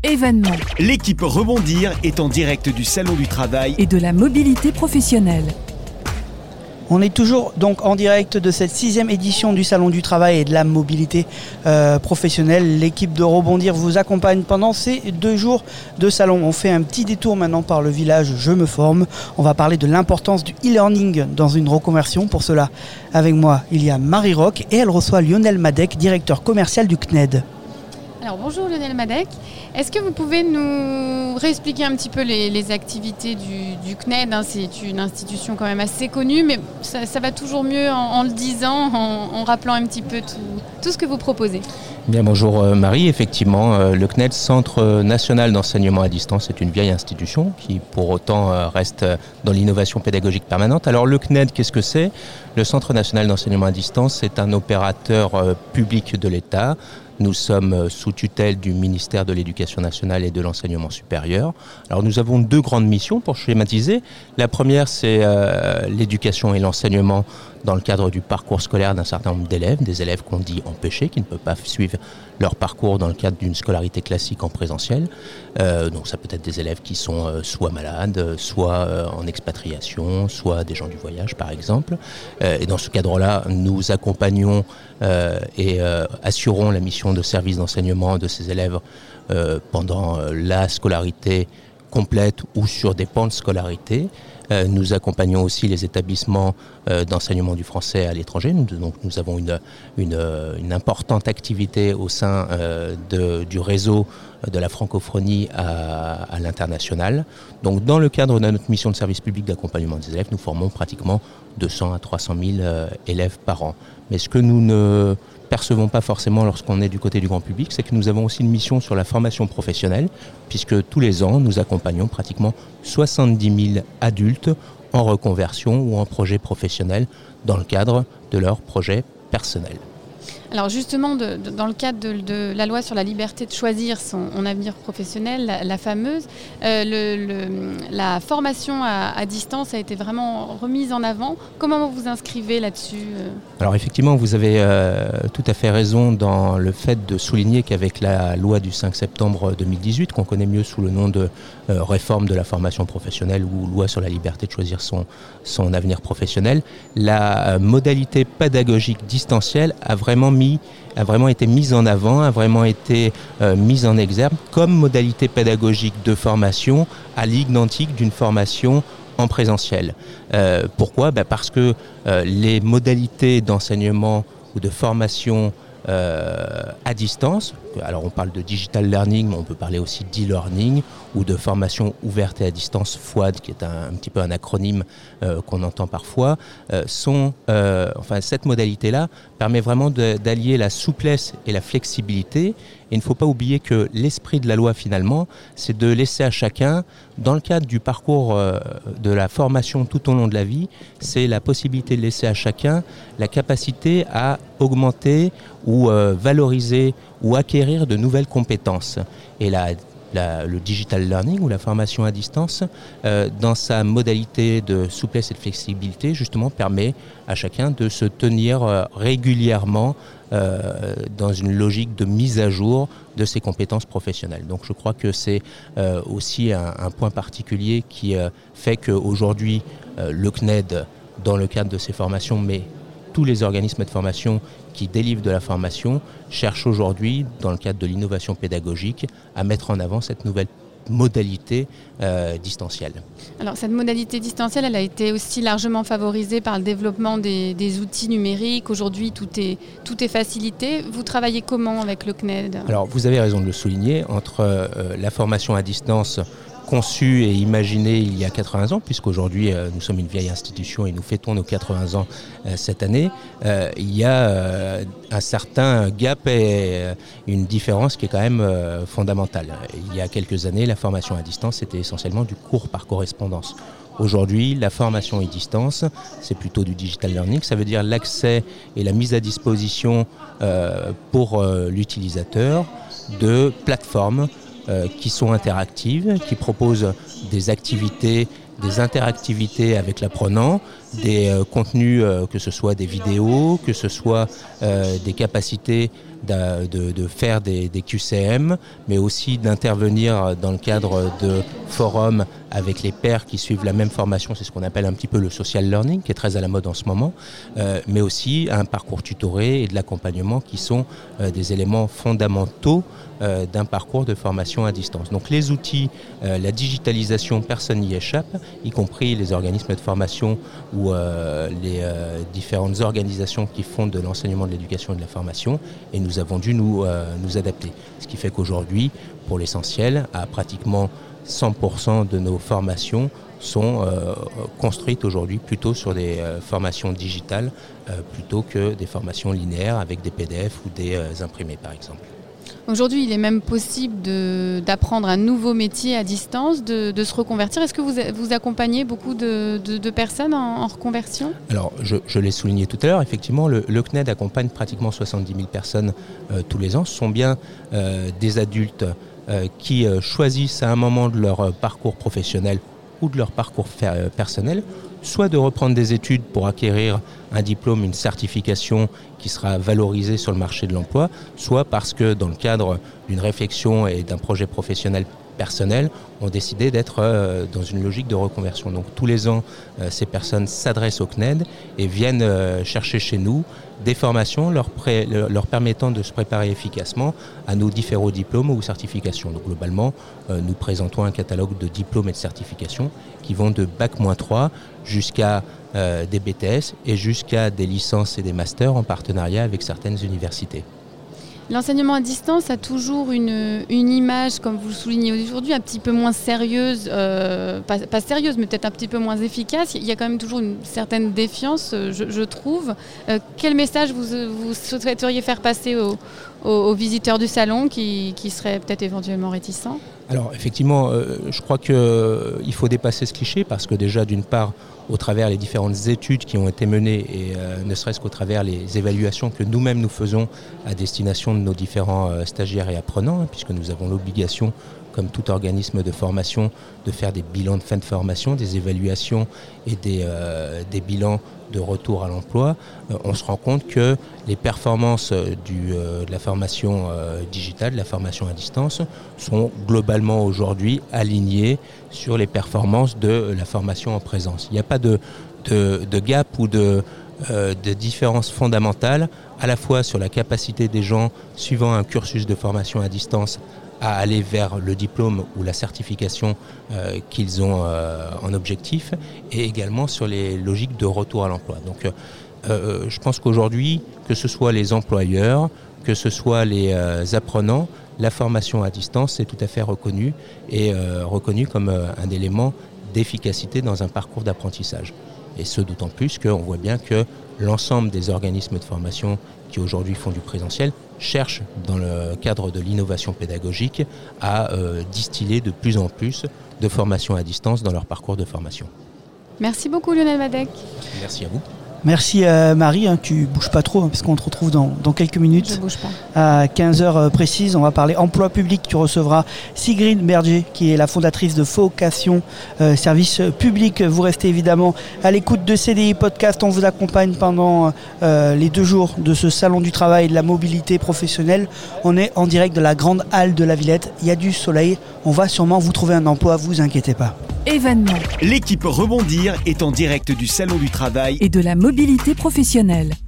événements. L'équipe Rebondir est en direct du Salon du Travail et de la mobilité professionnelle. On est toujours donc en direct de cette 6e édition du Salon du Travail et de la mobilité professionnelle. L'équipe de Rebondir vous accompagne pendant ces 2 jours de salon. On fait un petit détour maintenant par le village Je me forme. On va parler de l'importance du e-learning dans une reconversion. Pour cela, avec moi, il y a Marie Roch et elle reçoit Lionel Madec, directeur commercial du CNED. Alors bonjour Lionel Madec, est-ce que vous pouvez nous réexpliquer un petit peu les activités du CNED, C'est une institution quand même assez connue, mais ça va toujours mieux en le disant, en rappelant un petit peu tout ce que vous proposez. Bien, bonjour Marie, effectivement, le CNED, Centre National d'Enseignement à Distance, est une vieille institution qui pour autant reste dans l'innovation pédagogique permanente. Alors le CNED, qu'est-ce que c'est ? Le Centre National d'Enseignement à Distance, c'est un opérateur public de l'État. Nous sommes sous tutelle du ministère de l'Éducation nationale et de l'Enseignement supérieur. Alors nous avons 2 grandes missions pour schématiser. La première, c'est l'éducation et l'enseignement dans le cadre du parcours scolaire d'un certain nombre d'élèves, des élèves qu'on dit empêchés, qui ne peuvent pas suivre leur parcours dans le cadre d'une scolarité classique en présentiel. Donc ça peut être des élèves qui sont soit malades, soit en expatriation, soit des gens du voyage par exemple. Et dans ce cadre-là, nous accompagnons et assurons la mission de service d'enseignement de ces élèves pendant la scolarité complète ou sur des pans de scolarité. Nous accompagnons aussi les établissements d'enseignement du français à l'étranger. Donc nous avons une importante activité au sein du réseau de la francophonie à l'international. Donc dans le cadre de notre mission de service public d'accompagnement des élèves, nous formons pratiquement 200 à 300 000 élèves par an. Mais ce que nous ne percevons pas forcément lorsqu'on est du côté du grand public, c'est que nous avons aussi une mission sur la formation professionnelle, puisque tous les ans, nous accompagnons pratiquement 70 000 adultes en reconversion ou en projet professionnel dans le cadre de leur projet personnel. Alors justement, dans le cadre de la loi sur la liberté de choisir son avenir professionnel, la fameuse, la formation à distance a été vraiment remise en avant. Comment vous vous inscrivez là-dessus ? Alors effectivement, vous avez tout à fait raison dans le fait de souligner qu'avec la loi du 5 septembre 2018, qu'on connaît mieux sous le nom de réforme de la formation professionnelle ou loi sur la liberté de choisir son avenir professionnel, la modalité pédagogique distancielle a vraiment été mise en avant, a vraiment été mise en exergue comme modalité pédagogique de formation à l'identique d'une formation en présentiel. Pourquoi ? Parce que les modalités d'enseignement ou de formation à distance, alors on parle de digital learning, mais on peut parler aussi d'e-learning ou de formation ouverte et à distance, FOAD, qui est un petit peu un acronyme qu'on entend parfois, cette modalité-là permet vraiment d'allier la souplesse et la flexibilité. Et il ne faut pas oublier que l'esprit de la loi, finalement, c'est de laisser à chacun, dans le cadre du parcours de la formation tout au long de la vie, c'est la possibilité de laisser à chacun la capacité à augmenter ou valoriser ou acquérir de nouvelles compétences. Et le digital learning ou la formation à distance, dans sa modalité de souplesse et de flexibilité, justement permet à chacun de se tenir régulièrement dans une logique de mise à jour de ses compétences professionnelles. Donc je crois que c'est aussi un point particulier qui fait qu'aujourd'hui, le CNED, dans le cadre de ses formations, mais tous les organismes de formation qui délivrent de la formation cherchent aujourd'hui, dans le cadre de l'innovation pédagogique, à mettre en avant cette nouvelle modalité distancielle. Alors cette modalité distancielle, elle a été aussi largement favorisée par le développement des outils numériques. Aujourd'hui, tout est facilité. Vous travaillez comment avec le CNED ? Alors vous avez raison de le souligner, entre la formation à distance conçu et imaginé il y a 80 ans, puisqu'aujourd'hui nous sommes une vieille institution et nous fêtons nos 80 ans cette année, il y a un certain gap et une différence qui est quand même fondamentale. Il y a quelques années, la formation à distance, c'était essentiellement du cours par correspondance. Aujourd'hui, la formation à distance, c'est plutôt du digital learning. Ça veut dire l'accès et la mise à disposition pour l'utilisateur de plateformes qui sont interactives, qui proposent des activités, des interactivités avec l'apprenant, des contenus, que ce soit des vidéos, que ce soit des capacités de faire des QCM, mais aussi d'intervenir dans le cadre de forums avec les pairs qui suivent la même formation. C'est ce qu'on appelle un petit peu le social learning, qui est très à la mode en ce moment, mais aussi un parcours tutoré et de l'accompagnement qui sont des éléments fondamentaux d'un parcours de formation à distance. Donc les outils, la digitalisation, personne n'y échappe, y compris les organismes de formation ou les différentes organisations qui font de l'enseignement, de l'éducation et de la formation, et nous avons dû nous adapter. Ce qui fait qu'aujourd'hui, pour l'essentiel, à pratiquement 100% de nos formations sont construites aujourd'hui plutôt sur des formations digitales plutôt que des formations linéaires avec des PDF ou des imprimés par exemple. Aujourd'hui, il est même possible d'apprendre un nouveau métier à distance, de se reconvertir. Est-ce que vous accompagnez beaucoup de personnes en reconversion ? Alors, je l'ai souligné tout à l'heure, effectivement, le CNED accompagne pratiquement 70 000 personnes tous les ans. Ce sont bien des adultes qui choisissent à un moment de leur parcours professionnel ou de leur parcours personnel, soit de reprendre des études pour acquérir un diplôme, une certification qui sera valorisée sur le marché de l'emploi, soit parce que dans le cadre d'une réflexion et d'un projet professionnel personnel, ont décidé d'être dans une logique de reconversion. Donc tous les ans, ces personnes s'adressent au CNED et viennent chercher chez nous des formations leur permettant de se préparer efficacement à nos différents diplômes ou certifications. Donc globalement, nous présentons un catalogue de diplômes et de certifications qui vont de Bac-3 jusqu'à des BTS et jusqu'à des licences et des masters en partenariat avec certaines universités. L'enseignement à distance a toujours une image, comme vous le soulignez aujourd'hui, un petit peu moins sérieuse, pas sérieuse, mais peut-être un petit peu moins efficace. Il y a quand même toujours une certaine défiance, je trouve. Quel message vous souhaiteriez faire passer aux visiteurs du salon qui seraient peut-être éventuellement réticents ? Alors effectivement, je crois qu'il faut dépasser ce cliché parce que déjà d'une part, au travers les différentes études qui ont été menées et ne serait-ce qu'au travers les évaluations que nous-mêmes nous faisons à destination de nos différents stagiaires et apprenants, puisque nous avons l'obligation, comme tout organisme de formation, de faire des bilans de fin de formation, des évaluations et des bilans de retour à l'emploi, on se rend compte que les performances de la formation digitale, de la formation à distance, sont globalement aujourd'hui alignées sur les performances de la formation en présence. Il n'y a pas de gap ou de différence fondamentale, à la fois sur la capacité des gens suivant un cursus de formation à distance à aller vers le diplôme ou la certification qu'ils ont en objectif, et également sur les logiques de retour à l'emploi. Donc je pense qu'aujourd'hui, que ce soit les employeurs, que ce soit les apprenants, la formation à distance est tout à fait reconnue et reconnue comme un élément d'efficacité dans un parcours d'apprentissage. Et ce d'autant plus qu'on voit bien que l'ensemble des organismes de formation qui aujourd'hui font du présentiel cherchent, dans le cadre de l'innovation pédagogique, à distiller de plus en plus de formation à distance dans leur parcours de formation. Merci beaucoup Lionel Madec. Merci à vous. Merci Marie, tu bouges pas trop parce qu'on te retrouve dans quelques minutes. Je bouge pas. À 15h précises, on va parler emploi public. Tu recevras Sigrid Berger qui est la fondatrice de Vocation Service Public. Vous restez évidemment à l'écoute de CDI Podcast. On vous accompagne pendant les 2 jours de ce salon du travail et de la mobilité professionnelle. On est en direct de la grande halle de la Villette. Il y a du soleil. On va sûrement vous trouver un emploi, vous inquiétez pas. Événement L'équipe Rebondir est en direct du Salon du Travail et de la mobilité professionnelle.